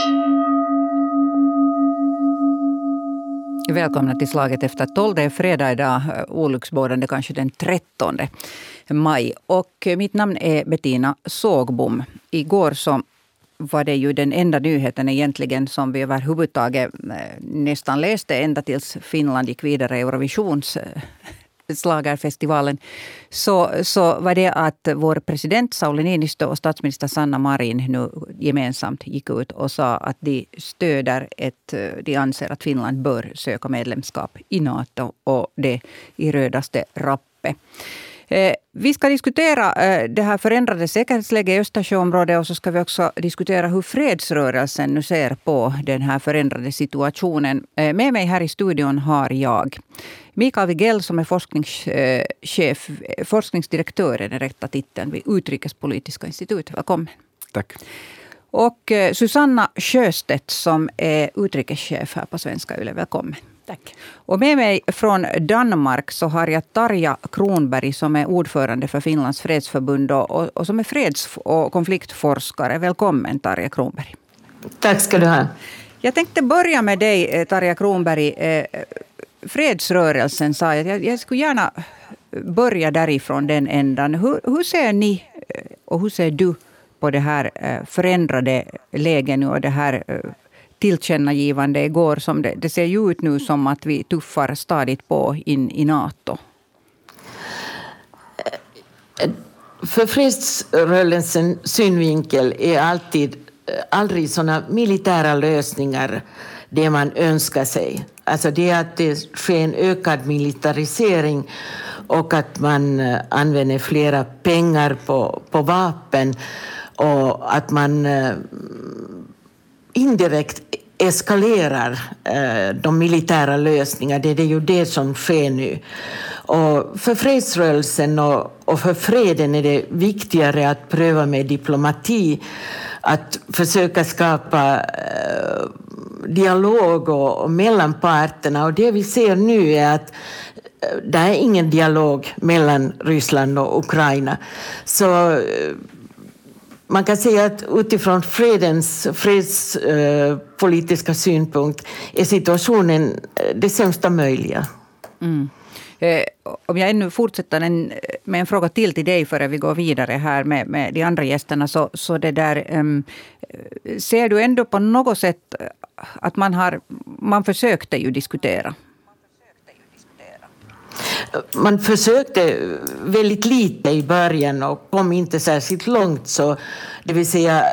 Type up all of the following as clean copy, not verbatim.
Välkomna till Slaget efter 12. Det är fredag idag, olycksbådande kanske den 13 maj. Och mitt namn är Bettina Sågbom. Igår så var det ju den enda nyheten egentligen som vi överhuvudtaget nästan läste ända tills Finland gick vidare i Eurovisions slagerfestivalen. Så var det att vår president Sauli Niinistö och statsminister Sanna Marin nu gemensamt gick ut och sa att de stöder de anser att Finland bör söka medlemskap i NATO och det i rödaste rappe. Vi ska diskutera det här förändrade säkerhetsläget i Östersjöområdet och så ska vi också diskutera hur fredsrörelsen nu ser på den här förändrade situationen. Med mig här i studion har jag Mikael Wigell som är forskningsdirektör är den rätta titeln vid Utrikespolitiska institutet. Välkommen. Tack. Och Susanna Sjöstedt som är utrikeschef här på Svenska Yle. Välkommen. Tack. Och med mig från Danmark så har jag Tarja Kronberg som är ordförande för Finlands fredsförbund och som är freds- och konfliktforskare. Välkommen Tarja Kronberg. Tack ska du ha. Jag tänkte börja med dig Tarja Kronberg. Fredsrörelsen sa jag skulle gärna börja därifrån den ändan. Hur ser ni och hur ser du på det här förändrade läget nu och det här tillkännagivande igår som det ser ju ut nu som att vi tuffar stadigt på in i NATO? För fredsrörelsens synvinkel är aldrig sådana militära lösningar det man önskar sig. Alltså det är att det sker en ökad militarisering och att man använder flera pengar på vapen och att man indirekt eskalerar de militära lösningarna. Det är ju det som sker nu. Och för fredsrörelsen och för freden är det viktigare att pröva med diplomati, att försöka skapa dialog och mellan parterna. Och det vi ser nu är att det är ingen dialog mellan Ryssland och Ukraina. Så man kan säga att utifrån fredspolitiska synpunkt är situationen det sämsta möjliga. Mm. Om jag ännu fortsätter med en fråga till dig före vi går vidare här med de andra gästerna så det där, ser du ändå på något sätt att man försökte ju diskutera? Man försökte väldigt lite i början och kom inte särskilt långt. Så det vill säga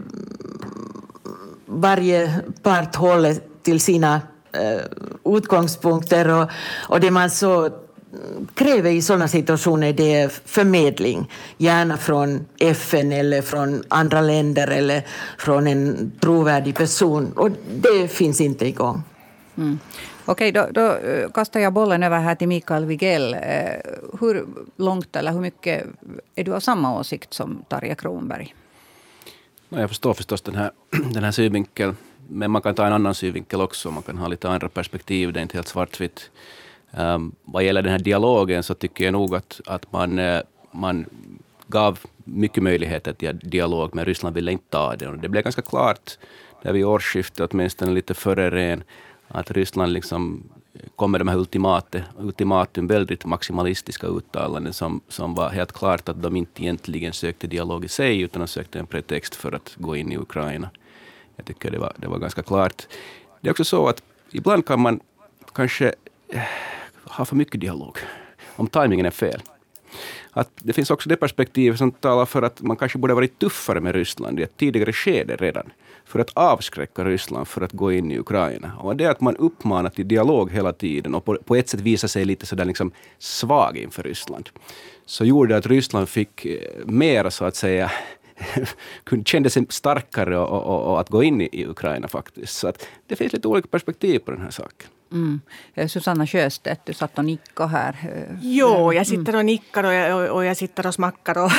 varje part håller till sina utgångspunkter och det man så kräver i sådana situationer det är förmedling. Gärna från FN eller från andra länder eller från en trovärdig person. Och det finns inte igång. Mm. Okej, då kastar jag bollen över här till Mikael Wigell. Hur långt eller hur mycket är du av samma åsikt som Tarja Kronberg? Jag förstår förstås den här synvinkeln. Men man kan ta en annan synvinkel också. Man kan ha lite andra perspektiv. Det är inte helt svartvitt. Vad gäller den här dialogen så tycker jag nog att man gav mycket möjligheter till dialog. Men Ryssland ville inte ta det. Och det blev ganska klart där vid årsskiftet, åtminstone lite före ren, att Ryssland liksom kom med de här ultimatum väldigt maximalistiska uttalanden som var helt klart att de inte egentligen sökte dialog i sig utan de sökte en pretext för att gå in i Ukraina. Jag tycker det var ganska klart. Det är också så att ibland kan man kanske ha för mycket dialog om tajmingen är fel. Att det finns också det perspektiv som talar för att man kanske borde varit tuffare med Ryssland i ett tidigare skede redan för att avskräcka Ryssland för att gå in i Ukraina. Och det är att man uppmanar till dialog hela tiden och på ett sätt visar sig lite sådär liksom svag inför Ryssland. Så gjorde att Ryssland fick mer så att säga kände sig starkare och att gå in i Ukraina faktiskt. Så att det finns lite olika perspektiv på den här saken. Mm. Susanna Sjöstedt, du satt och nickade här. Jo, jag sitter och nickar och jag sitter och smackar och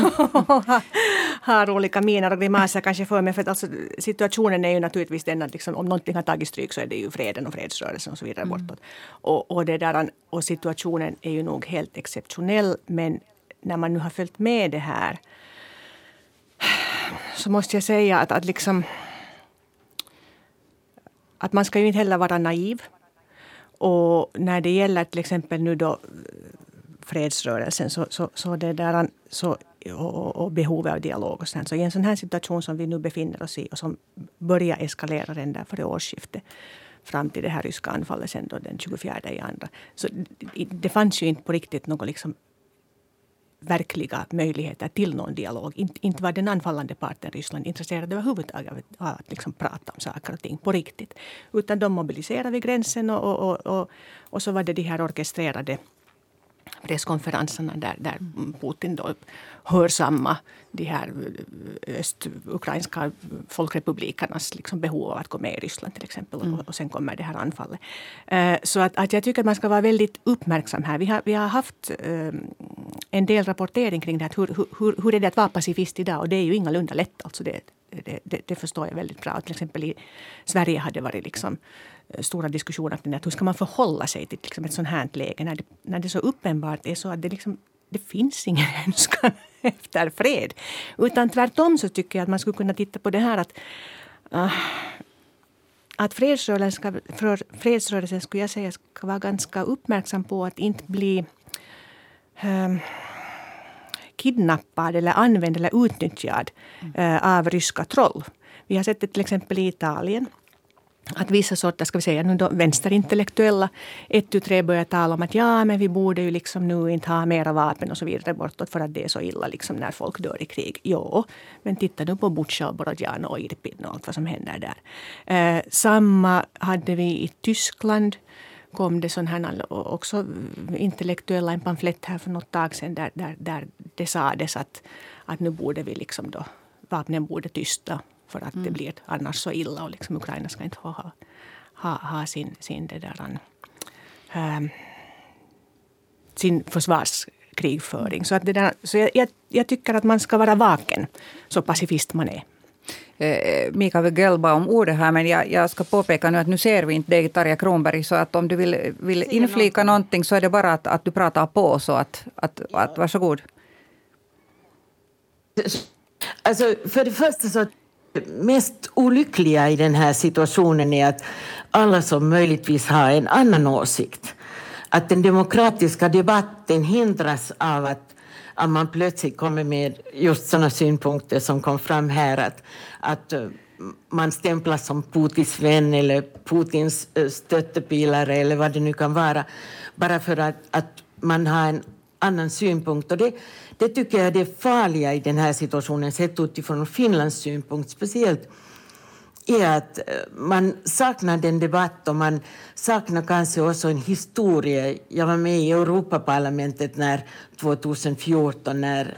har olika miner och grimaser kanske för mig. För att alltså, situationen är ju naturligtvis den att liksom, om någonting har tagit stryk så är det ju freden och fredsrörelsen och så vidare bortåt. Och situationen är ju nog helt exceptionell. Men när man nu har följt med det här så måste jag säga att liksom att man ska ju inte heller vara naiv. Och när det gäller till exempel nu då fredsrörelsen och behovet av dialog och sånt. Så i en sån här situation som vi nu befinner oss i och som börjar eskalera redan före årsskiftet fram till det här ryska anfallet sen då den 24/2. Så det fanns ju inte på riktigt något liksom verkliga möjligheter till någon dialog. Inte var den anfallande parten Ryssland intresserad överhuvudtaget av att liksom prata om saker och ting på riktigt. Utan de mobiliserade vid gränsen och så var det de här orkestrerade presskonferenserna där Putin då hörsamma de här östukrainska folkrepublikernas liksom behov av att gå med i Ryssland till exempel. Och sen kommer det här anfallet. Så att jag tycker att man ska vara väldigt uppmärksam här. Vi har haft en del rapportering kring det här. Hur är det att vara pacifist idag? Och det är ju ingalunda lätt. Alltså det förstår jag väldigt bra. Till exempel i Sverige hade varit liksom stora diskussioner om hur ska man förhålla sig till liksom ett sånt här läge när det så uppenbart är så att det finns ingen önskan efter fred. Utan tvärtom så tycker jag att man skulle kunna titta på det här att fredsrörelsen skulle jag säga ska vara ganska uppmärksam på att inte bli kidnappad eller använd eller utnyttjad av ryska troll. Vi har sett det till exempel i Italien. Att vissa sorter, ska vi säga nu då, vänsterintellektuella 1-3 börjar tala om att men vi borde ju liksom nu inte ha mera vapen och så vidare bortåt för att det är så illa liksom när folk dör i krig. Jo, men titta nu på Bucha och Borodjan och Irpin och allt vad som händer där. Samma hade vi i Tyskland. Kom det sån här också intellektuella en pamflett här för något tag sedan där det sades att nu borde vi liksom då, vapnen borde tysta. För att det blir annars så illa och liksom Ukraina ska inte ha sin försvarskrigföring. Så, jag tycker att man ska vara vaken så pacifist man är. Mikael Wigell bad om ordet här, men jag ska påpeka nu att nu ser vi inte dig, Tarja Kronberg, så att om du vill inflika någonting så är det bara att du pratar på, så att varsågod. Alltså för det första så mest olyckliga i den här situationen är att alla som möjligtvis har en annan åsikt. Att den demokratiska debatten hindras av att man plötsligt kommer med just sådana synpunkter som kom fram här. Att man stämplas som Putins vän eller Putins stöttepelare eller vad det nu kan vara. Bara för att man har en annan synpunkt. Och det tycker jag är det farliga i den här situationen, sett utifrån Finlands synpunkt speciellt, är att man saknar den debatt och man saknar kanske också en historia. Jag var med i Europaparlamentet 2014 när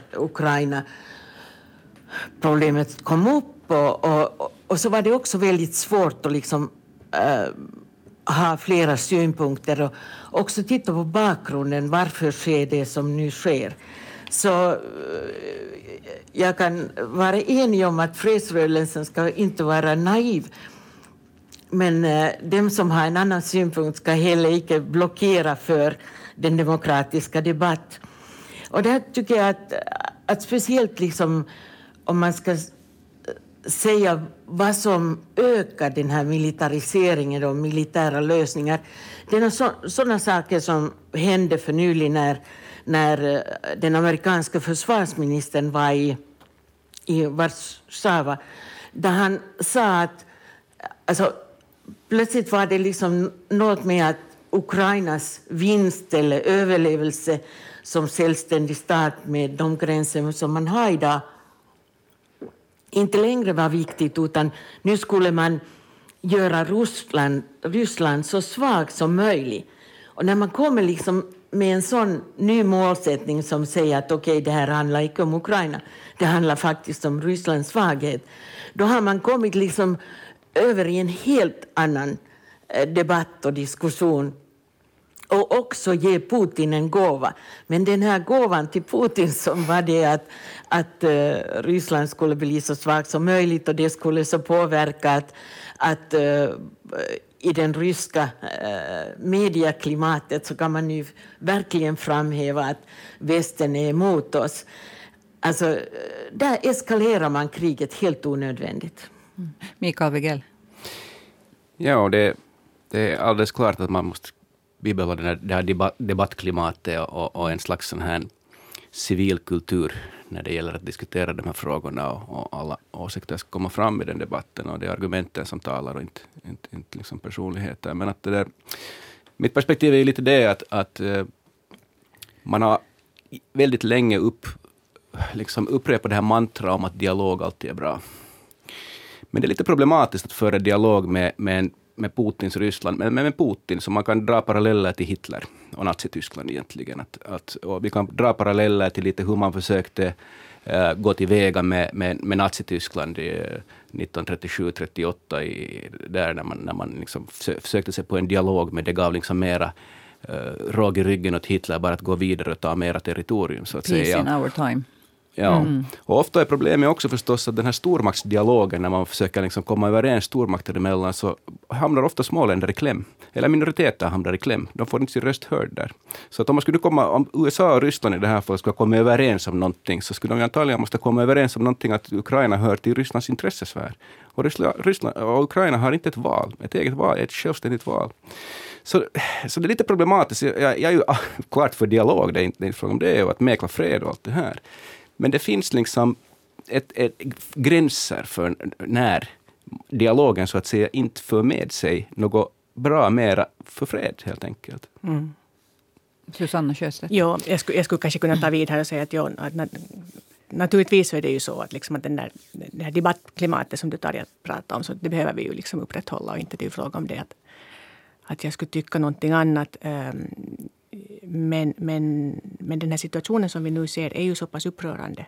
Ukraina-problemet kom upp och så var det också väldigt svårt att liksom ha flera synpunkter och också titta på bakgrunden. Varför sker det som nu sker? Så jag kan vara enig om att fredsrörelsen ska inte vara naiv. Men de som har en annan synpunkt ska heller inte blockera för den demokratiska debatt. Och det tycker jag att speciellt liksom, om man ska säga vad som ökar den här militariseringen och militära lösningar. Det är sådana saker som hände för nyligen när den amerikanska försvarsministern var i Warszawa, där han sa att alltså, plötsligt var det liksom något med att Ukrainas vinst eller överlevelse som självständig stat med de gränser som man har idag inte längre var viktigt, utan nu skulle man göra Ryssland så svag som möjligt. Och när man kommer liksom med en sån ny målsättning som säger att okej, det här handlar inte om Ukraina, det handlar faktiskt om Rysslands svaghet, då har man kommit liksom över i en helt annan debatt och diskussion. Och också ge Putin en gåva. Men den här gåvan till Putin som var det att Ryssland skulle bli så svagt som möjligt och det skulle så påverka att i den ryska medieklimatet så kan man nu verkligen framhäva att västern är emot oss. Alltså, där eskalerar man kriget helt onödvändigt. Mikael Wigell. Ja, det är alldeles klart att man måste bibehålla det här debattklimatet och en slags sån här civilkultur när det gäller att diskutera de här frågorna och alla åsikter ska komma fram i den debatten och det är argumenten som talar och inte liksom personligheter. Men att det där, mitt perspektiv är lite det att man har väldigt länge upprepat det här mantra om att dialog alltid är bra. Men det är lite problematiskt att föra dialog med Putins Ryssland, men med Putin, så man kan dra paralleller till Hitler och Nazityskland egentligen. Och vi kan dra paralleller till lite hur man försökte gå tillväga med Nazityskland 1937-38, där när man liksom försökte sig på en dialog, men det gav liksom mera råg i ryggen åt Hitler bara att gå vidare och ta mera territorium, så att Peace säga. in our time. Ja, och ofta är problemet också förstås att den här stormaktsdialogen, när man försöker liksom komma överens stormakter emellan, så hamnar ofta småländer i kläm. Eller minoriteter hamnar i kläm. De får inte sin röst hörd där. Så att om USA och Ryssland i det här fallet ska komma överens om någonting, så skulle de antagligen måste komma överens om någonting att Ukraina hör till Rysslands intressesfär. Och Ryssland och Ukraina har inte ett eget val, ett självständigt val. Så det är lite problematiskt. Jag är ju klart för dialog, det är inte fråga om det, och att mäkla fred och allt det här. Men det finns liksom ett gränser för när dialogen så att säga inte för med sig något bra mera för fred helt enkelt. Susanna Sjöstedt. Ja, jag skulle kanske kunna ta vid här och säga att naturligtvis är det ju så att, liksom att det här debattklimatet som du tar att prata om, så det behöver vi ju liksom upprätthålla, och inte det är fråga om det att jag skulle tycka någonting annat. Men den här situationen som vi nu ser är ju så pass upprörande.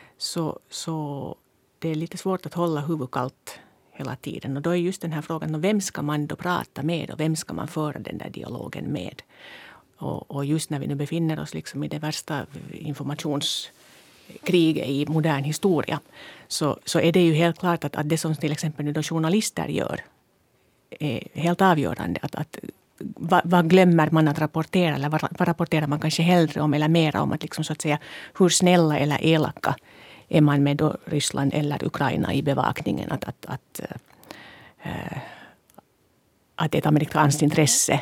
Så det är lite svårt att hålla huvudet kallt hela tiden. Och då är just den här frågan, vem ska man då prata med och vem ska man föra den där dialogen med? Och just när vi nu befinner oss liksom i det värsta informationskriget i modern historia, så är det ju helt klart att det som till exempel nu då journalister gör är helt avgörande. Vad glömmer man att rapportera, eller vad rapporterar man kanske hellre om eller mera om, att liksom så att säga hur snälla eller elaka är man med då Ryssland eller Ukraina i bevakningen, att ett amerikanskt intresse,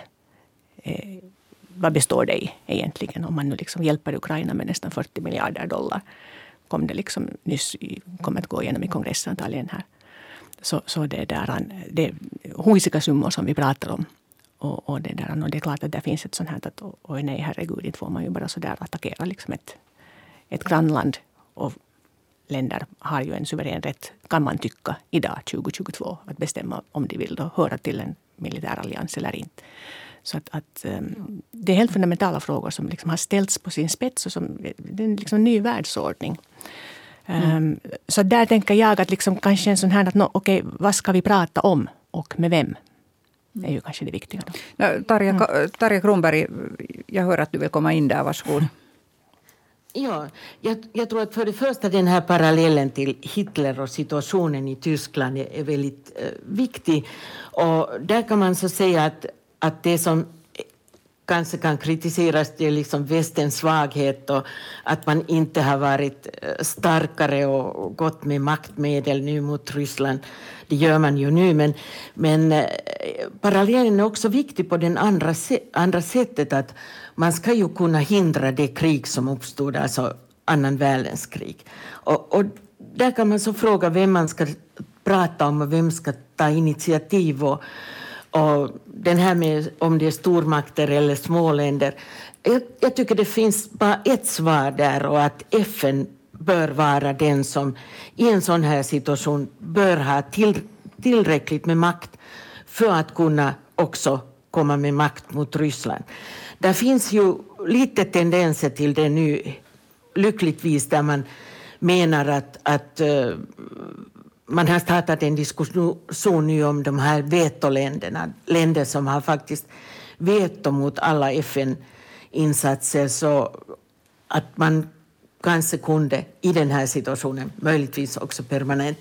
vad består det i egentligen, om man nu liksom hjälper Ukraina med nästan $40 miljarder, kom det liksom nyss, kommer att gå igenom i kongressen antagligen här. Så det är huisiga summor som vi pratar om. Och det är klart att det finns ett sånt här att nej, herregud, inte får man ju bara så där attackera liksom ett grannland. Och länder har ju en suverän rätt, kan man tycka, idag 2022 att bestämma om de vill då höra till en militärallians eller inte. Så att det är helt fundamentala frågor som liksom har ställts på sin spets, och det är en liksom ny världsordning. Så där tänker jag att liksom kanske en sån här att okej, vad ska vi prata om och med vem? Det är ju kanske det viktiga då. Tarja Kronberg, jag hör att du vill komma in där, varsågod. Ja, jag tror att för det första den här parallellen till Hitler och situationen i Tyskland är väldigt viktig. Och där kan man så säga att det som kanske kan kritiseras, det är liksom västens svaghet och att man inte har varit starkare och gått med maktmedel nu mot Ryssland. Det gör man ju nu, men parallellen är också viktig på den andra sättet, att man ska ju kunna hindra det krig som uppstod, alltså annan världskrig. Och där kan man så fråga vem man ska prata om och vem ska ta initiativ, och den här med om det är stormakter eller småländer. Jag tycker det finns bara ett svar där, och att FN bör vara den som i en sån här situation bör ha tillräckligt med makt för att kunna också komma med makt mot Ryssland. Det finns ju lite tendenser till det nu, lyckligtvis, där man menar att man har startat en diskussion nu om de här vetoländerna, länder som har faktiskt veto mot alla FN-insatser, så att man kanske kunde i den här situationen, möjligtvis också permanent,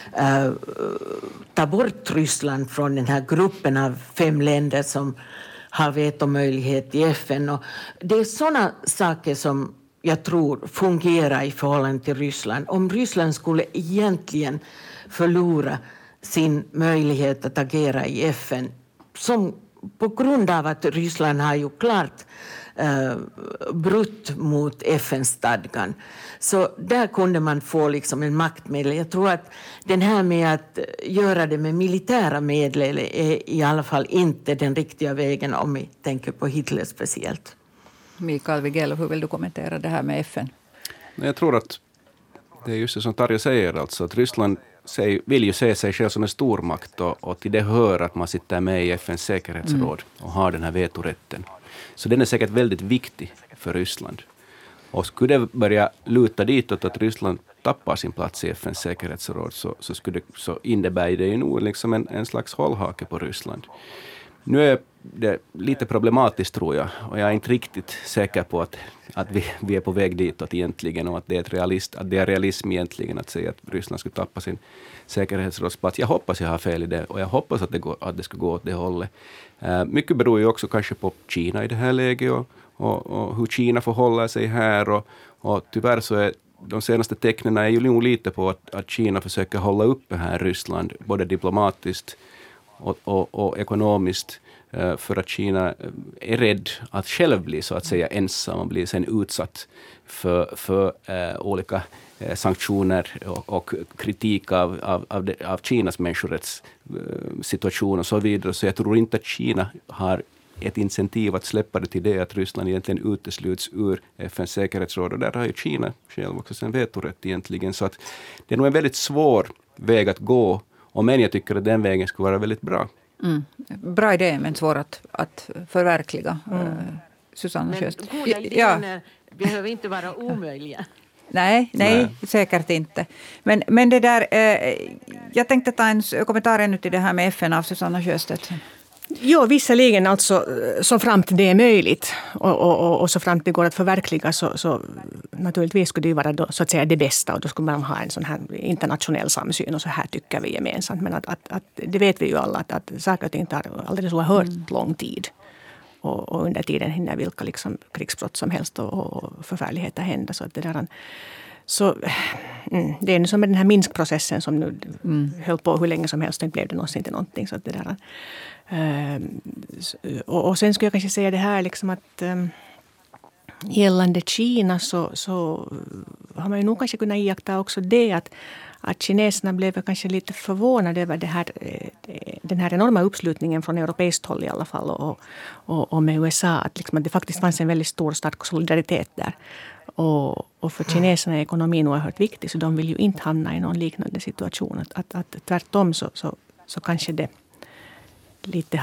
ta bort Ryssland från den här gruppen av 5 länder som har vetomöjlighet i FN. Och det är sådana saker som jag tror fungerar i förhållande till Ryssland. Om Ryssland skulle egentligen förlora sin möjlighet att agera i FN, som på grund av att Ryssland har ju klart brutt mot FN-stadgan. Så där kunde man få liksom en maktmedel. Jag tror att den här med att göra det med militära medel är i alla fall inte den riktiga vägen om vi tänker på Hitler speciellt. Mikael Wigell, hur vill du kommentera det här med FN? Jag tror att det är just det som Tarja säger, alltså att Ryssland vill ju se sig själv som en stormakt och till det hör att man sitter med i FNs säkerhetsråd och har den här vetorätten. Så den är säkert väldigt viktig för Ryssland. Och skulle det börja luta ditåt att Ryssland tappar sin plats i FNs säkerhetsråd så innebär det ju nog liksom en slags hållhake på Ryssland. Nu är det lite problematiskt tror jag, och jag är inte riktigt säker på att vi är på väg ditåt egentligen och att det är realism egentligen att säga att Ryssland skulle tappa sin säkerhetsrådsplats. Jag hoppas jag har fel i det och jag hoppas att det ska gå åt det hållet. Mycket beror ju också kanske på Kina i det här läget och hur Kina förhåller sig här och tyvärr så är de senaste tecknen är ju nog lite på att Kina försöker hålla uppe här Ryssland både diplomatiskt och ekonomiskt för att Kina är rädd att själv bli så att säga ensam och bli sen utsatt för olika sanktioner och kritik av Kinas människorättssituation och så vidare. Så jag tror inte att Kina har ett incentiv att släppa det till det att Ryssland egentligen utesluts ur FNs säkerhetsråd. Och där har ju Kina själv också sin vetorätt egentligen. Så att det är nog en väldigt svår väg att gå. Men jag tycker att den vägen skulle vara väldigt bra. Bra idé, men svår att förverkliga. Susanna Sjöstedt. Goda idéer behöver inte vara omöjliga. Nej, säkert inte. Men det där, jag tänkte ta en kommentar ännu till det här med FN av Susanna Sjöstedt. Ja, visserligen alltså så fram till det är möjligt och så fram till det går att förverkliga så naturligtvis skulle det vara då, så att säga det bästa och då skulle man ha en sån här internationell samsyn och så här tycker vi gemensamt. Men att det vet vi ju alla att saker och ting tar alldeles oerhört lång tid och under tiden hinner vilka liksom krigsbrott som helst och förfärligheter hända så att det där. Så det är nu som med den här Minsk-processen som nu höll på hur länge som helst och inte blev det någonsin till någonting så att det där. Och sen skulle jag kanske säga det här liksom att gällande Kina så har man ju nog kanske kunnat iaktta också det att kineserna blev kanske lite förvånade över den här enorma uppslutningen från europeiskt håll i alla fall och med USA att, liksom, att det faktiskt fanns en väldigt stor stark solidaritet där. Och för kineserna är ekonomin oerhört viktig så de vill ju inte hamna i någon liknande situation. Att tvärtom så kanske det lite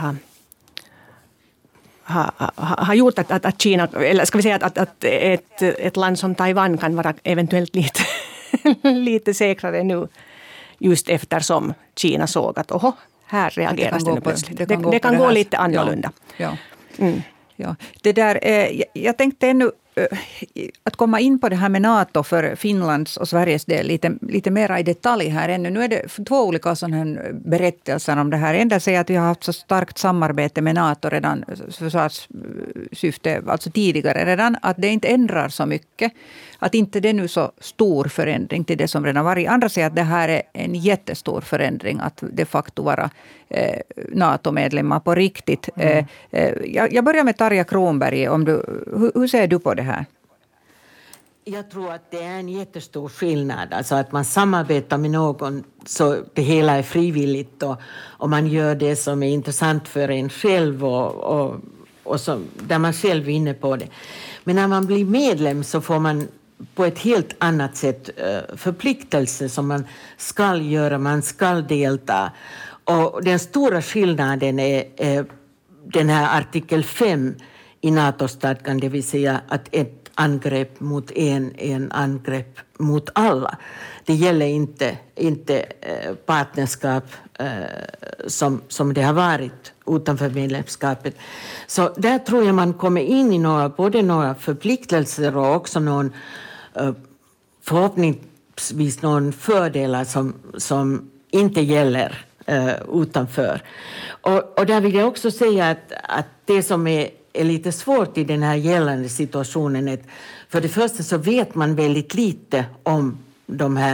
har gjort att Kina, eller ska vi säga att ett land som Taiwan kan vara eventuellt lite säkrare nu just eftersom Kina såg att här reageras det nu plötsligt. Det kan gå lite annorlunda. Ja. Det där, jag tänkte ännu att komma in på det här med NATO för Finlands och Sveriges del lite mer i detalj här ännu. Nu är det två olika sådana berättelser om det här. En där säger att vi har haft så starkt samarbete med NATO redan, försvarssyfte, alltså tidigare redan, att det inte ändrar så mycket. Att inte det är nu så stor förändring till det som redan varit. Andra säger att det här är en jättestor förändring, att de facto vara NATO-medlemmar på riktigt. Jag börjar med Tarja Kronberg. Hur ser du på det här? Jag tror att det är en jättestor skillnad. Alltså att man samarbetar med någon så det hela är frivilligt och man gör det som är intressant för en själv och så, där man själv är inne på det. Men när man blir medlem så får man på ett helt annat sätt förpliktelser som man ska göra, man ska delta. Och den stora skillnaden är den här artikel 5 i NATO-stadgan, det vill säga att ett angrepp mot en angrepp mot alla. Det gäller inte partnerskap som det har varit utanför medlemskapet. Så där tror jag man kommer in i både några förpliktelser och också förhoppningsvis någon fördelar som inte gäller utanför. Och där vill jag också säga att det som är lite svårt i den här gällande situationen är att för det första så vet man väldigt lite om de här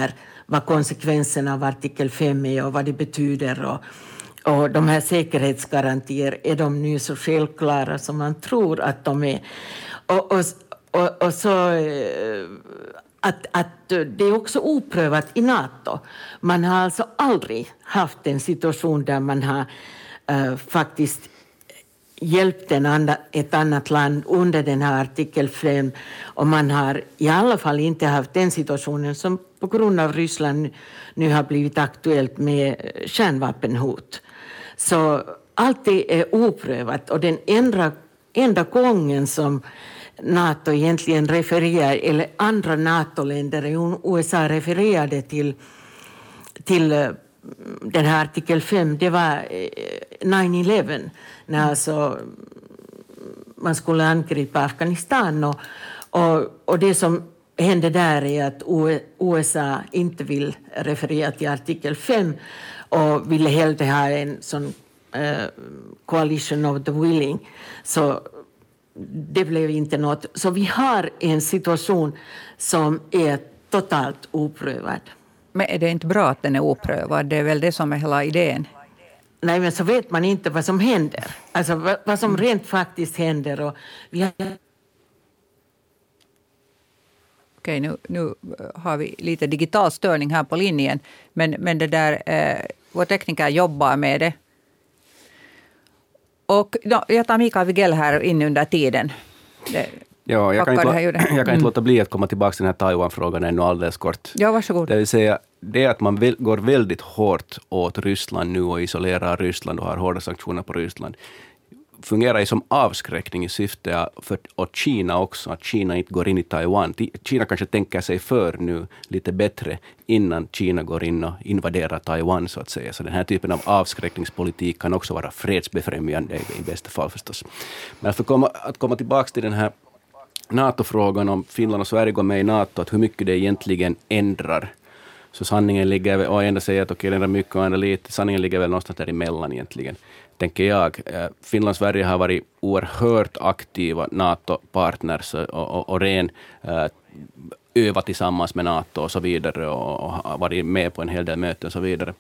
vad konsekvenserna av artikel 5 är och vad det betyder. Och de här säkerhetsgarantier, är de nu så självklara som man tror att de är? Och så att det är också oprövat i NATO. Man har alltså aldrig haft en situation där man har faktiskt hjälpt ett annat land under den här artikel 5. Och man har i alla fall inte haft den situationen som på grund av Ryssland nu har blivit aktuellt med kärnvapenhot. Så allt det är oprövat, och den enda gången som NATO egentligen refererar, eller andra NATO-länder, USA refererade till den här artikel 5, det var 9/11, när alltså man skulle angripa Afghanistan, och det som hände där är att USA inte vill referera till artikel 5 och ville hellre ha en sån coalition of the willing. Så det blev inte något. Så vi har en situation som är totalt oprövad. Men är det inte bra att den är oprövad? Det är väl det som är hela idén. Nej, men så vet man inte vad som händer. Alltså vad som rent faktiskt händer. Och vi har... Okej, nu har vi lite digital störning här på linjen. Men det där, vår tekniker jobbar med det. Och jag tar Mikael Wigell här in under tiden. Ja, jag kan inte låta bli att komma tillbaka till den här Taiwan-frågan ännu alldeles kort. Ja, varsågod. Det vill säga, det att man går väldigt hårt åt Ryssland nu och isolerar Ryssland och har hårda sanktioner på Ryssland, fungerar ju som avskräckning i syfte för och Kina också, att Kina inte går in i Taiwan. Kina kanske tänker sig för nu lite bättre innan Kina går in och invaderar Taiwan, så att säga. Så den här typen av avskräckningspolitik kan också vara fredsbefrämjande i bästa fall förstås. Men att komma tillbaka till den här NATO-frågan om Finland och Sverige går med i NATO, att hur mycket det egentligen ändrar. Så sanningen ligger, och ena säger att okej, det ändrar mycket och andra lite, sanningen ligger väl någonstans däremellan egentligen, tänker jag. Finland och Sverige har varit oerhört aktiva NATO-partners och ren öva tillsammans med NATO och så vidare, och har varit med på en hel del möten och så vidare.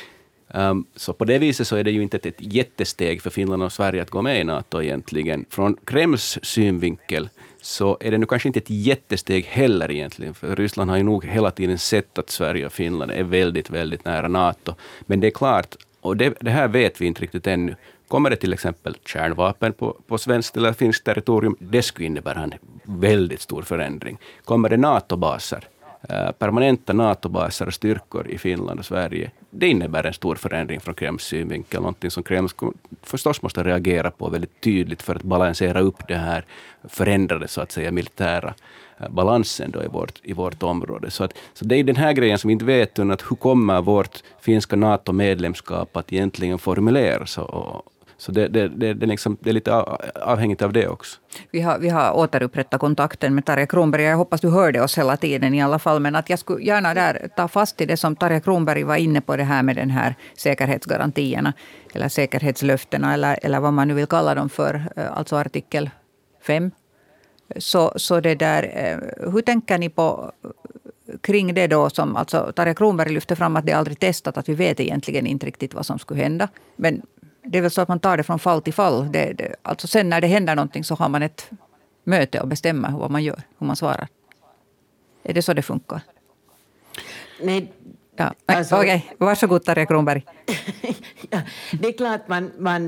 Så på det viset så är det ju inte ett jättesteg för Finland och Sverige att gå med i NATO egentligen. Från Kremls synvinkel så är det nu kanske inte ett jättesteg heller egentligen, för Ryssland har ju nog hela tiden sett att Sverige och Finland är väldigt, väldigt nära NATO. Men det är klart, och det här vet vi inte riktigt ännu, kommer det till exempel kärnvapen på svenskt eller finskt territorium, det skulle innebära en väldigt stor förändring. Kommer det NATO-baser, permanenta NATO-baser och styrkor i Finland och Sverige, det innebär en stor förändring från Kremls synvinkel, någonting som Kreml förstås måste reagera på väldigt tydligt för att balansera upp det här förändrade, så att säga, militära balansen då i vårt område. Så det är den här grejen som vi inte vet, att hur kommer vårt finska NATO-medlemskap att egentligen formuleras, så det är lite avhängigt av det också. Vi har återupprättat kontakten med Tarja Kronberg. Jag hoppas du hörde oss hela tiden i alla fall. Men att jag skulle gärna där ta fast i det som Tarja Kronberg var inne på, det här med den här säkerhetsgarantierna eller säkerhetslöftena eller vad man nu vill kalla dem för, alltså artikel 5. Så det där, hur tänker ni på kring det då, som alltså Tarja Kronberg lyfte fram att det aldrig testat, att vi vet egentligen inte riktigt vad som skulle hända. Men det är väl så att man tar det från fall till fall. Alltså sen när det händer någonting så har man ett möte och bestämmer vad man gör, hur man svarar. Är det så det funkar? Nej. Ja, alltså, okej. Varsågod Tarja Kronberg. Ja, det är klart man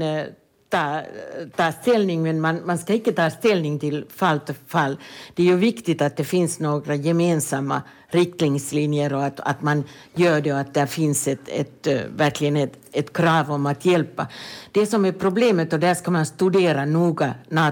tar ställning, men man ska inte ta ställning till fall. Det är ju viktigt att det finns några gemensamma riktlinjer och att man gör det, och att det finns verkligen ett krav om att hjälpa. Det som är problemet, och där ska man studera noga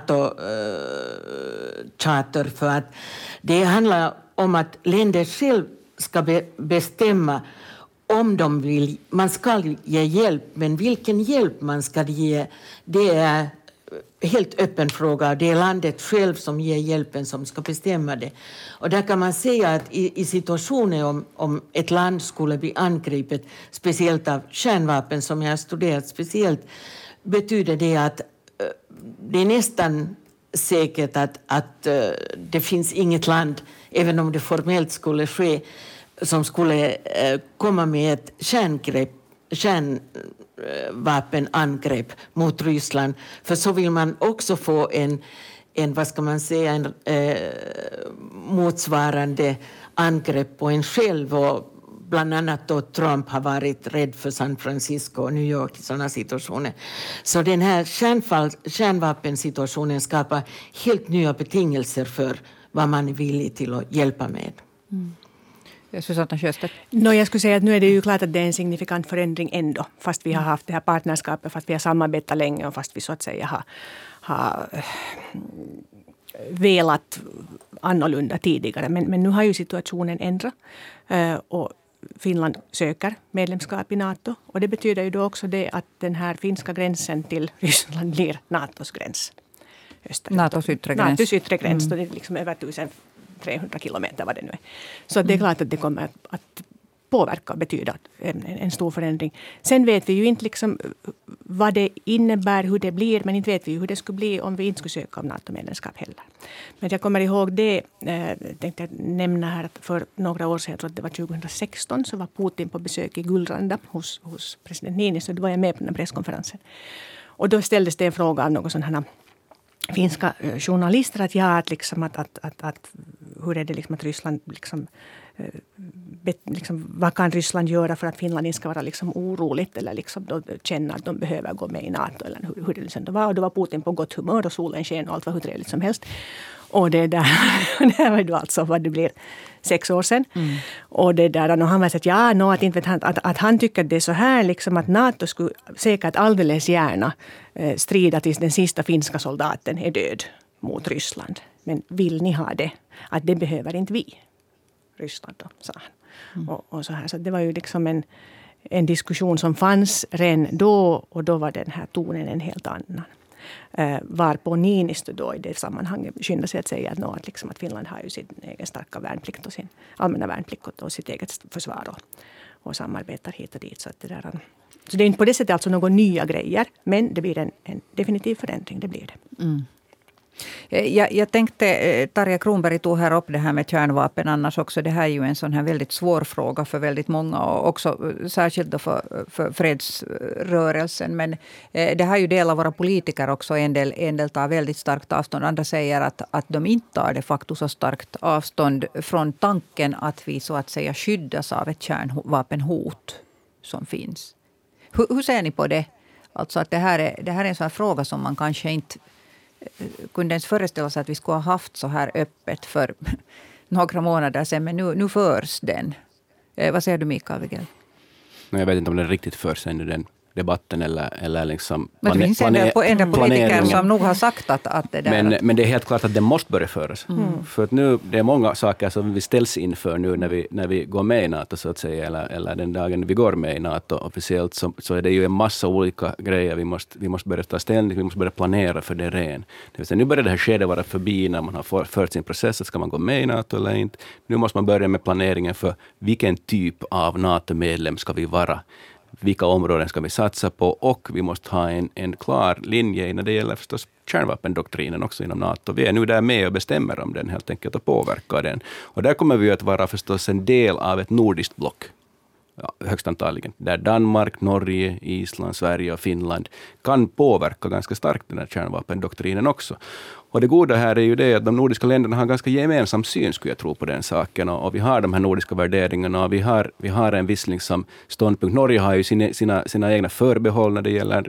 NATO-charter, för att det handlar om att länder själv ska bestämma om de vill. Man ska ge hjälp, men vilken hjälp man ska ge, det är helt öppen fråga. Det är landet själv som ger hjälpen som ska bestämma det. Och där kan man säga att i situationen om ett land skulle bli angripet, speciellt av kärnvapen som jag har studerat speciellt, betyder det att det är nästan säkert att det finns inget land, även om det formellt skulle ske, som skulle komma med ett kärnvapenangrepp mot Ryssland. För så vill man också få en vad ska man säga, motsvarande angrepp på en själv. Och bland annat då Trump har varit rädd för San Francisco och New York i sådana situationer. Så den här kärnvapensituationen skapar helt nya betingelser för vad man är villig till att hjälpa med. Susanna Sjöstedt. Jag skulle säga att nu är det ju klart att det är en signifikant förändring ändå. Fast vi har haft det här partnerskapet, fast vi har samarbetat länge och fast vi så att säga har velat annorlunda tidigare. Men nu har ju situationen ändrat och Finland söker medlemskap i NATO. Och det betyder ju då också det att den här finska gränsen till Ryssland blir NATOs gräns. NATOs yttre gräns. NATOs yttre gräns, det är liksom över 1300 kilometer vad det nu är. Så det är klart att det kommer att påverka och betyda en stor förändring. Sen vet vi ju inte liksom vad det innebär, hur det blir, men inte vet vi hur det skulle bli om vi inte skulle söka om NATO-medlemskap heller. Men jag kommer ihåg det, tänkte jag nämna här att för några år sedan, jag tror att det var 2016, så var Putin på besök i Gullranda hos president Niinistö, så då var jag med på den presskonferensen. Och då ställdes det en fråga av någon sån här finska journalister att hur är det liksom att Ryssland vad kan Ryssland göra för att Finland inte ska vara liksom oroligt eller liksom då känna att de behöver gå med i NATO eller hur det liksom var. Och då var Putin på gott humör och solen sken och allt var hur trevligt som helst. Och det var ju alltså vad det blir 6 år sedan. Och det där, och han var så att han tycker att det är så här liksom att NATO skulle säkert alldeles gärna strida tills den sista finska soldaten är död mot Ryssland. Men vill ni ha det? Att det behöver inte vi. Ryssland då, sa han. Och så här. Så det var ju liksom en diskussion som fanns redan då, och då var den här tonen en helt annan. Varpå Niinistö då i det sammanhanget skyndade sig att säga att liksom att Finland har ju sin egen starka värnplikt och sin allmänna värnplikt och sitt eget försvar och samarbetar hit och dit. Så det är inte på det sättet alltså några nya grejer, men det blir en definitiv förändring, det blir det. Jag tänkte, Tarja Kronberg tog här upp det här med kärnvapen annars också. Det här är ju en sån här väldigt svår fråga för väldigt många och också särskilt då för fredsrörelsen. Men det här är ju del av våra politiker också. En del tar väldigt starkt avstånd. Andra säger att de inte tar de facto så starkt avstånd från tanken att vi så att säga skyddas av ett kärnvapenhot som finns. Hur ser ni på det? Alltså att det här är en sån här fråga som man kanske inte kunde ens föreställa sig att vi skulle ha haft så här öppet för några månader sedan. Men nu förs den. Vad säger du, Mikael Wigel? Jag vet inte om den riktigt förs ännu den debatten eller liksom men det finns en del politiker som nog har sagt att det där... Men det är helt klart att det måste börja föras. För att nu, det är många saker som vi ställs inför nu när vi går med i NATO så att säga, eller den dagen vi går med i NATO officiellt, så är det ju en massa olika grejer vi måste börja ta ställning, vi måste börja planera för det ren. Det vill säga, nu börjar det här skedet vara förbi när man har fört sin process, att ska man gå med i NATO eller inte. Nu måste man börja med planeringen för vilken typ av NATO-medlem ska vi vara. Vilka områden ska vi satsa på, och vi måste ha en klar linje när det gäller förstås kärnvapendoktrinen också inom NATO. Vi är nu där med och bestämmer om den helt enkelt och påverkar den. Och där kommer vi att vara förstås en del av ett nordiskt block. Ja, högst antagligen. Där Danmark, Norge, Island, Sverige och Finland kan påverka ganska starkt den här kärnvapendoktrinen också. Och det goda här är ju det att de nordiska länderna har ganska gemensam syn, skulle jag tro, på den saken. Och vi har de här nordiska värderingarna och vi har en viss liksom ståndpunkt. Norge har ju sina egna förbehåll när det gäller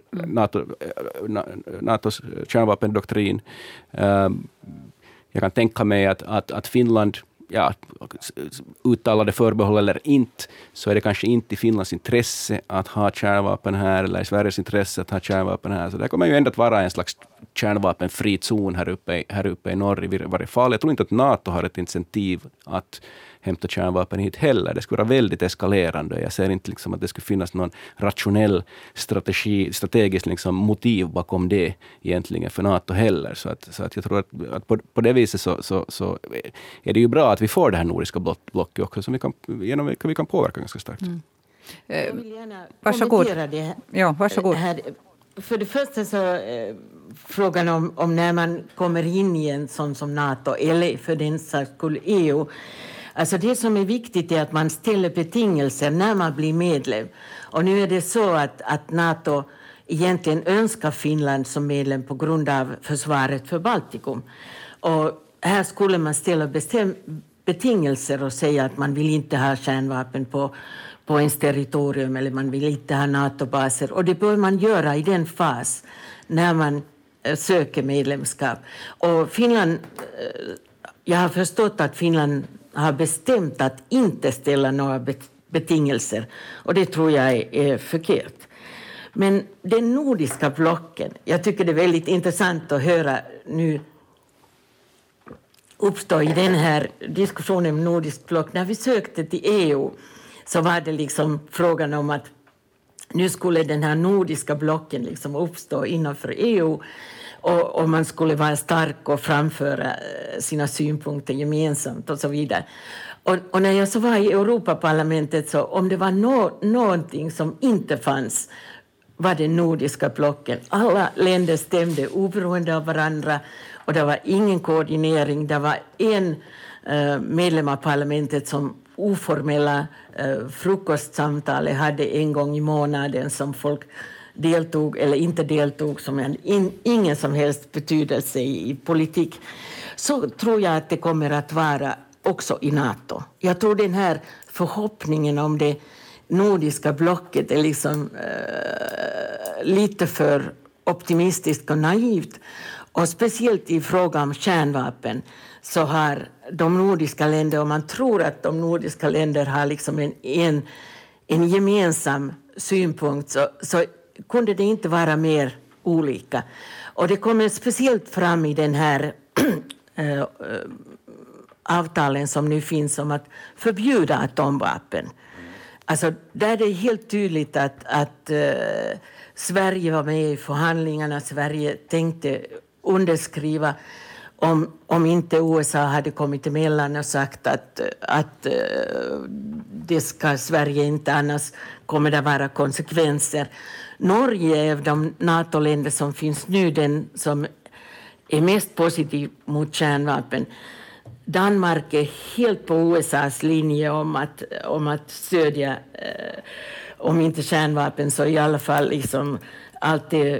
NATOs kärnvapendoktrin. Jag kan tänka mig att Finland, uttalade förbehåll eller inte, så är det kanske inte i Finlands intresse att ha kärnvapen här, eller i Sveriges intresse att ha kärnvapen här. Så det kommer ju ändå att vara en slags kärnvapenfri zon här uppe i norr i varje fall. Jag tror inte att NATO har ett incentiv att hämta kärnvapen hit heller. Det skulle vara väldigt eskalerande. Jag ser inte liksom att det skulle finnas någon rationell strategisk liksom motiv bakom det egentligen för NATO heller. Så att jag tror att på det viset så är det ju bra att vi får det här nordiska blocket också, som genom vilka vi kan påverka ganska starkt. Jag vill gärna kommentera det. Ja, varsågod. För det första så frågan om när man kommer in i en sån som NATO eller för den sakens skull EU. Alltså det som är viktigt är att man ställer betingelser när man blir medlem. Och nu är det så att NATO egentligen önskar Finland som medlem på grund av försvaret för Baltikum. Och här skulle man ställa betingelser och säga att man vill inte ha kärnvapen på ens territorium eller man vill inte ha NATO-baser. Och det bör man göra i den fas när man söker medlemskap. Och Finland, jag har förstått att Finland har bestämt att inte ställa några betingelser. Och det tror jag är förkert. Men den nordiska blocken, jag tycker det är väldigt intressant att höra nu uppstå i den här diskussionen om nordisk block. När vi sökte till EU så var det liksom frågan om att nu skulle den här nordiska blocken liksom uppstå innanför EU och man skulle vara stark och framföra sina synpunkter gemensamt och så vidare. Och när jag så var i Europaparlamentet så om det var någonting som inte fanns var det nordiska blocken. Alla länder stämde oberoende av varandra och det var ingen koordinering. Det var en medlem av parlamentet som oformella frukostsamtal hade en gång i månaden som folk deltog eller inte deltog som ingen som helst betydelse i politik. Så tror jag att det kommer att vara också i NATO. Jag tror den här förhoppningen om det nordiska blocket är liksom lite för optimistiskt och naivt. Och speciellt i fråga om kärnvapen så har de nordiska länderna, och man tror att de nordiska länderna har liksom en gemensam synpunkt, så kunde det inte vara mer olika. Och det kommer speciellt fram i den här avtalen som nu finns om att förbjuda atomvapen. Alltså där är det helt tydligt att Sverige var med i förhandlingarna. Sverige tänkte underskriva om inte USA hade kommit emellan och sagt att det ska Sverige inte, annars kommer det vara konsekvenser. Norge är av de NATO-länder som finns nu den som är mest positiv mot kärnvapen. Danmark är helt på USAs linje om att stödja, om inte kärnvapen så i alla fall liksom allt det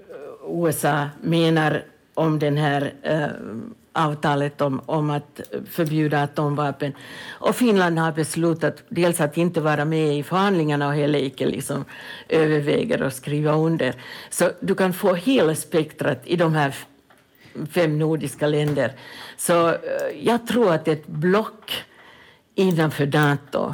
USA menar om den här avtalet om att förbjuda atomvapen. Och Finland har beslutat dels att inte vara med i förhandlingarna och heller inte liksom överväger att skriva under. Så du kan få hela spektrat i de här 5 nordiska länder. Så jag tror att ett block innanför NATO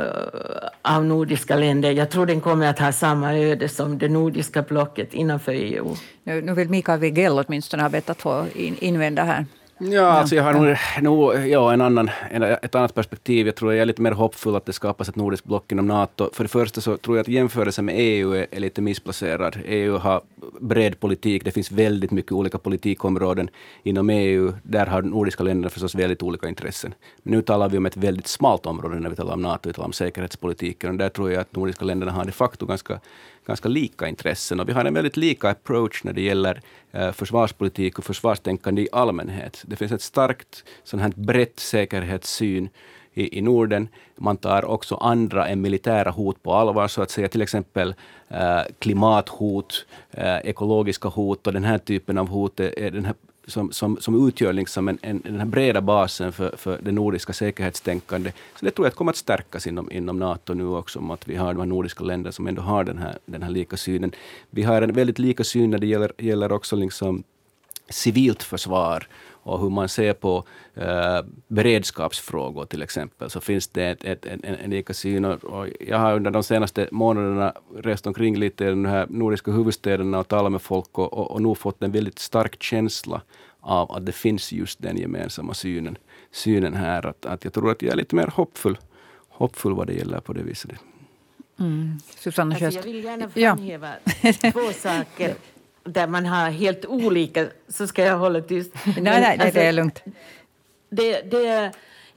av nordiska länder, jag tror den kommer att ha samma öde som det nordiska blocket innanför EU. Nu vill Mikael Wigell åtminstone ha bett att få invända här. Ja, alltså jag har nog ett annat perspektiv. Jag tror jag är lite mer hoppfull att det skapas ett nordiskt block inom NATO. För det första så tror jag att jämförelsen med EU är lite missplacerad. EU har bred politik. Det finns väldigt mycket olika politikområden inom EU. Där har nordiska länder förstås väldigt olika intressen. Men nu talar vi om ett väldigt smalt område när vi talar om NATO, vi talar om säkerhetspolitiken. Och där tror jag att nordiska länderna har de facto ganska lika intressen. Och vi har en väldigt lika approach när det gäller försvarspolitik och försvarstänkande i allmänhet. Det finns ett starkt sån här brett säkerhetssyn i Norden. Man tar också andra än militära hot på allvar, så att säga, till exempel klimathot, ekologiska hot och den här typen av hot är den här som utgör liksom den här breda basen för det nordiska säkerhetstänkande. Så det tror jag kommer att stärkas inom NATO nu också, om att vi har de här nordiska länder som ändå har den här lika synen. Vi har en väldigt lika syn när det gäller också liksom civilt försvar och hur man ser på beredskapsfrågor till exempel, så finns det en lika syn. Och jag har under de senaste månaderna rest omkring lite i de här nordiska huvudstäderna och talat med folk och nog fått en väldigt stark känsla av att det finns just den gemensamma synen här. Att jag tror att jag är lite mer hoppfull vad det gäller på det viset. Susanna Sjöström. Jag vill gärna framhäva 2 saker där man har helt olika, så ska jag hålla tyst. Nej, det är lugnt.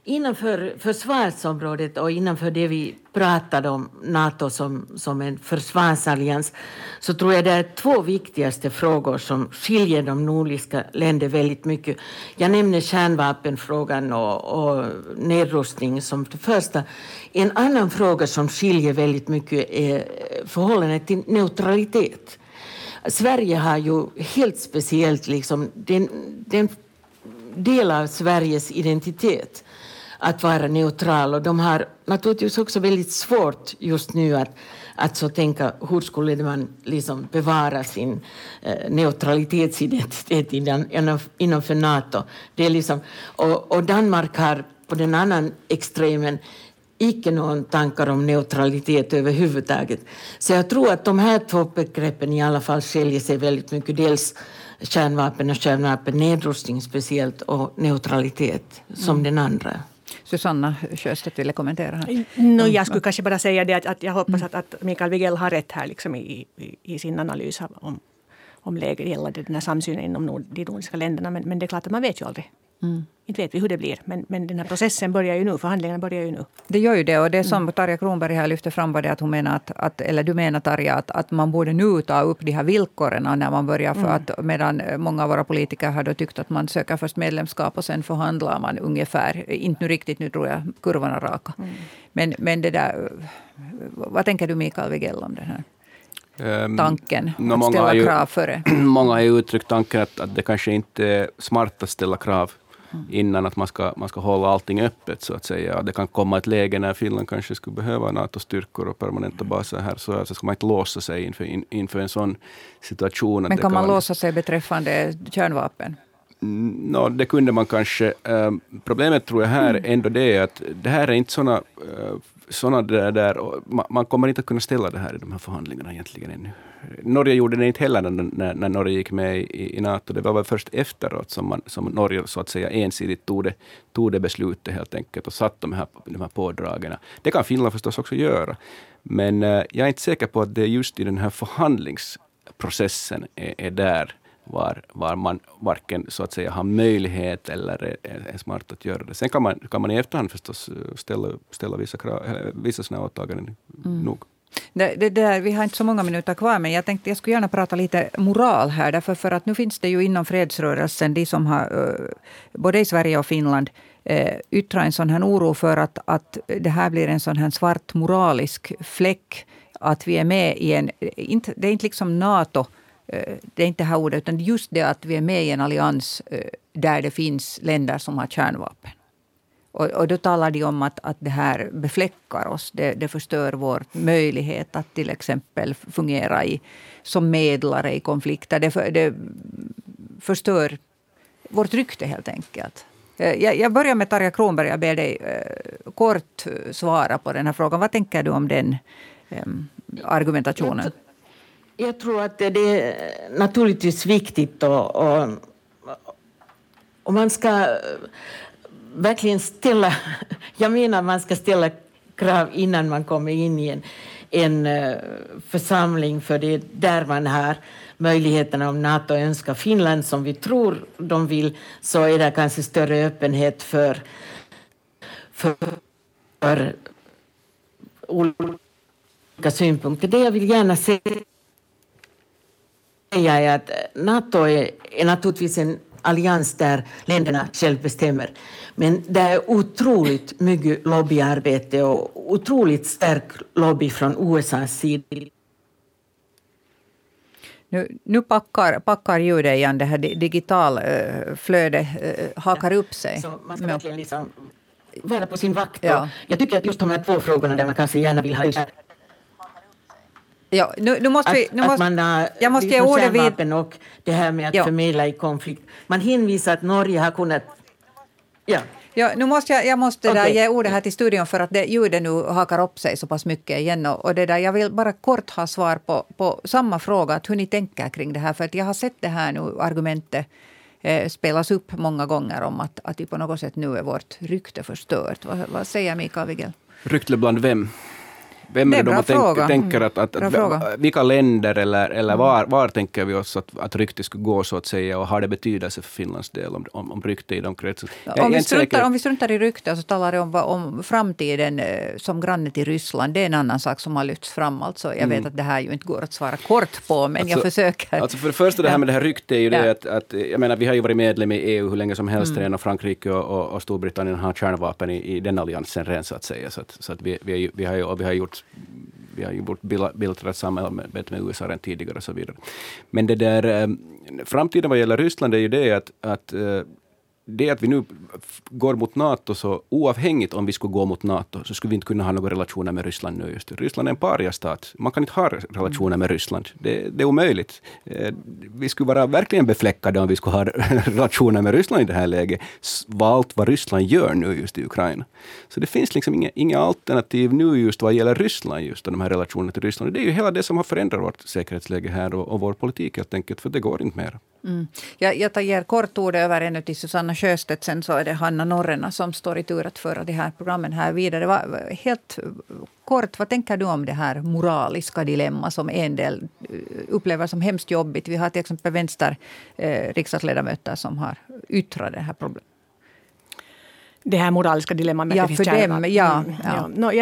Innanför försvarsområdet och innanför det vi pratade om NATO som en försvarsallians, så tror jag det är 2 viktigaste frågor som skiljer de nordiska länderna väldigt mycket. Jag nämner kärnvapenfrågan och nedrustning som det första. En annan fråga som skiljer väldigt mycket är förhållandet till neutralitet. Sverige har ju helt speciellt liksom den del av Sveriges identitet att vara neutral, och de har naturligtvis också väldigt svårt just nu att så tänka hur skulle man liksom bevara sin neutralitetsidentitet innanför NATO. Det är liksom, och Danmark har på den andra extremen icke någon tankar om neutralitet överhuvudtaget. Så jag tror att de här 2 begreppen i alla fall skiljer sig väldigt mycket. Dels kärnvapen och kärnvapennedrustning speciellt, och neutralitet som den andra. Susanna Sjöstedt ville kommentera här. Jag skulle kanske bara säga det att jag hoppas att Mikael Wigel har rätt här liksom i sin analys om läget gällande den här samsynen inom de nordiska länderna. Men det är klart att man vet ju aldrig. Inte vet vi hur det blir, men den här processen börjar ju nu, förhandlingarna börjar ju nu. Det gör ju det, och det som Tarja Kronberg här lyfter fram var det att hon menar eller du menar Tarja, att man borde nu ta upp de här villkoren när man börjar, för att medan många av våra politiker har då tyckt att man söker först medlemskap och sen förhandlar man ungefär, inte nu riktigt, nu tror jag kurvorna raka. Men det där, vad tänker du Mikael Wigel om den här tanken att ställa krav före? Många har ju uttryckt tanken att det kanske inte är smart att ställa krav innan, att man ska hålla allting öppet så att säga. Det kan komma ett läge när Finland kanske skulle behöva NATO-styrkor och permanenta baser här, så ska man inte låsa sig inför en sån situation. Men kan man låsa sig beträffande kärnvapen? Det kunde man kanske. Problemet tror jag här ändå det är att det här är inte såna där man kommer inte att kunna ställa det här i de här förhandlingarna egentligen ännu. Norge gjorde det inte heller när Norge gick med i NATO. Det var väl först efteråt som Norge så att säga ensidigt tog det beslutet helt enkelt och satt de här pådragen. Det kan Finland förstås också göra. Men jag är inte säker på att det just i den här förhandlingsprocessen är där var man varken så att säga har möjlighet eller är smart att göra det. Sen kan man i efterhand förstås ställa vissa sådana åtaganden nog. Det där, vi har inte så många minuter kvar, men jag tänkte jag skulle gärna prata lite moral här. Därför för att nu finns det ju inom fredsrörelsen de som har, både i Sverige och Finland, yttrar en sån här oro för att det här blir en sån här svart moralisk fläck. Att vi är med i det är inte liksom NATO, det är inte det här ordet, utan just det att vi är med i en allians där det finns länder som har kärnvapen. Och då talar de om att det här befläckar oss. Det förstör vår möjlighet att till exempel fungera som medlare i konflikter. Det förstör vårt rykte helt enkelt. Jag börjar med Tarja Kronberg. Jag ber dig kort svara på den här frågan. Vad tänker du om den argumentationen? Jag tror att det är naturligtvis viktigt och man ska verkligen man ska ställa krav innan man kommer in i en församling, för det är där man har möjligheterna. Om NATO önskar Finland som vi tror de vill, så är det kanske större öppenhet för olika synpunkter. Det jag vill gärna säga är att NATO är naturligtvis en allians där länderna själv bestämmer. Men det är otroligt mycket lobbyarbete och otroligt stark lobby från USAs sida. Nu packar ljudet igen, det här digitalflödet hakar upp sig. Så man ska verkligen liksom vara på sin vakt. Ja. Jag tycker att just de här 2 frågorna där man kanske gärna vill ha ja, nu måste jag måste ge ordet vid och det här med att förmedla i konflikt. Man hänvisar att Norge har kunnat. Ja, nu måste jag ge ordet här till studion för att det ljudet nu hakar upp sig så pass mycket igen. Och det där, jag vill bara kort ha svar på samma fråga, att hur ni tänker kring det här. För att jag har sett det här nu, argumentet spelas upp många gånger om att på något sätt nu är vårt rykte förstört. Vad säger Mikael Wigel? Rykte bland vem? Vem är det bra man fråga. tänker att vilka länder eller var tänker vi oss att ryktet skulle gå så att säga, och har det betydelse för Finlands del om rykte i de kretsar? Om vi struntar i rykte så talar det om framtiden som granne till Ryssland. Det är en annan sak som har lyfts fram. Alltså, jag vet att det här ju inte går att svara kort på, men jag försöker. Alltså för det första det här med det här ryktet är ju det att jag menar, vi har ju varit medlem i EU hur länge som helst redan, och Frankrike och Storbritannien har kärnvapen i den alliansen redan så att säga. Så att vi har gjort bilateralt samarbete med USA redan tidigare och så vidare. Men det där framtiden vad gäller Ryssland är ju det att vi nu går mot NATO, så oavhängigt om vi skulle gå mot NATO så skulle vi inte kunna ha några relationer med Ryssland nu. Just. Ryssland är en pariastat. Man kan inte ha relationer med Ryssland. Det är omöjligt. Vi skulle vara verkligen befläckade om vi skulle ha relationer med Ryssland i det här läget. Vad Ryssland gör nu just i Ukraina. Så det finns liksom inga alternativ nu just vad gäller Ryssland, just de här relationerna till Ryssland. Det är ju hela det som har förändrat vårt säkerhetsläge här och vår politik helt enkelt, för det går inte mer. Jag tar kort ord över ännu till Susanna Sjöstedt, sen så är det Hanna Norrena som står i tur att föra de här programmen här vidare. Helt kort, vad tänker du om det här moraliska dilemma som en del upplever som hemskt jobbigt? Vi har till exempel vänster riksdagsledamöter som har yttrat det här problemet. Det här moraliska dilemmat med att det finns kärnvapen.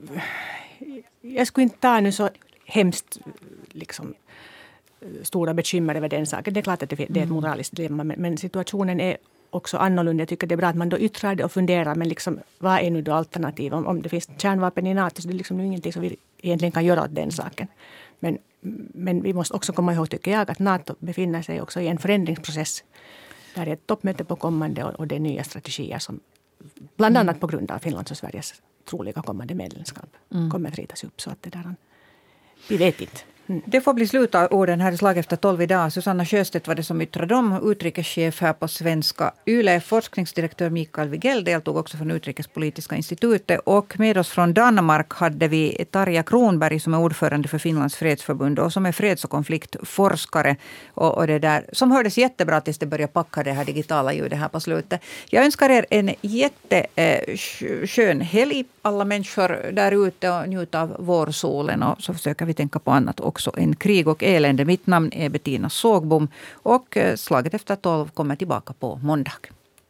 Jag skulle inte ta nu så hemskt liksom stora bekymmer över den saken. Det är klart att det är ett moraliskt dilemma, men situationen är också annorlunda. Jag tycker det är bra att man då yttrar det och funderar, men liksom, vad är nu då alternativ? Om det finns kärnvapen i NATO så det är liksom ingenting som vi egentligen kan göra åt den saken. Men vi måste också komma ihåg, tycker jag, att NATO befinner sig också i en förändringsprocess. Där är ett toppmöte på kommande och det är nya strategier som bland annat på grund av Finlands och Sveriges troliga kommande medlemskap kommer att ritas upp. Så att det där, vi vet inte. Det får bli slut av orden här i Slag efter 12 idag. Susanna Sjöstedt var det som yttrade om, utrikeschef här på Svenska Yle. Forskningsdirektör Mikael Wigell deltog också från Utrikespolitiska institutet. Och med oss från Danmark hade vi Tarja Kronberg som är ordförande för Finlands fredsförbund och som är freds- och konfliktforskare. Och det där, som hördes jättebra tills det började packa det här digitala ljudet här på slutet. Jag önskar er en jätteskön helg, alla människor där ute, och njuta av vårsolen, och så försöker vi tänka på annat också än krig och elände. Mitt namn är Bettina Sågbom och Slaget efter 12 kommer tillbaka på måndag.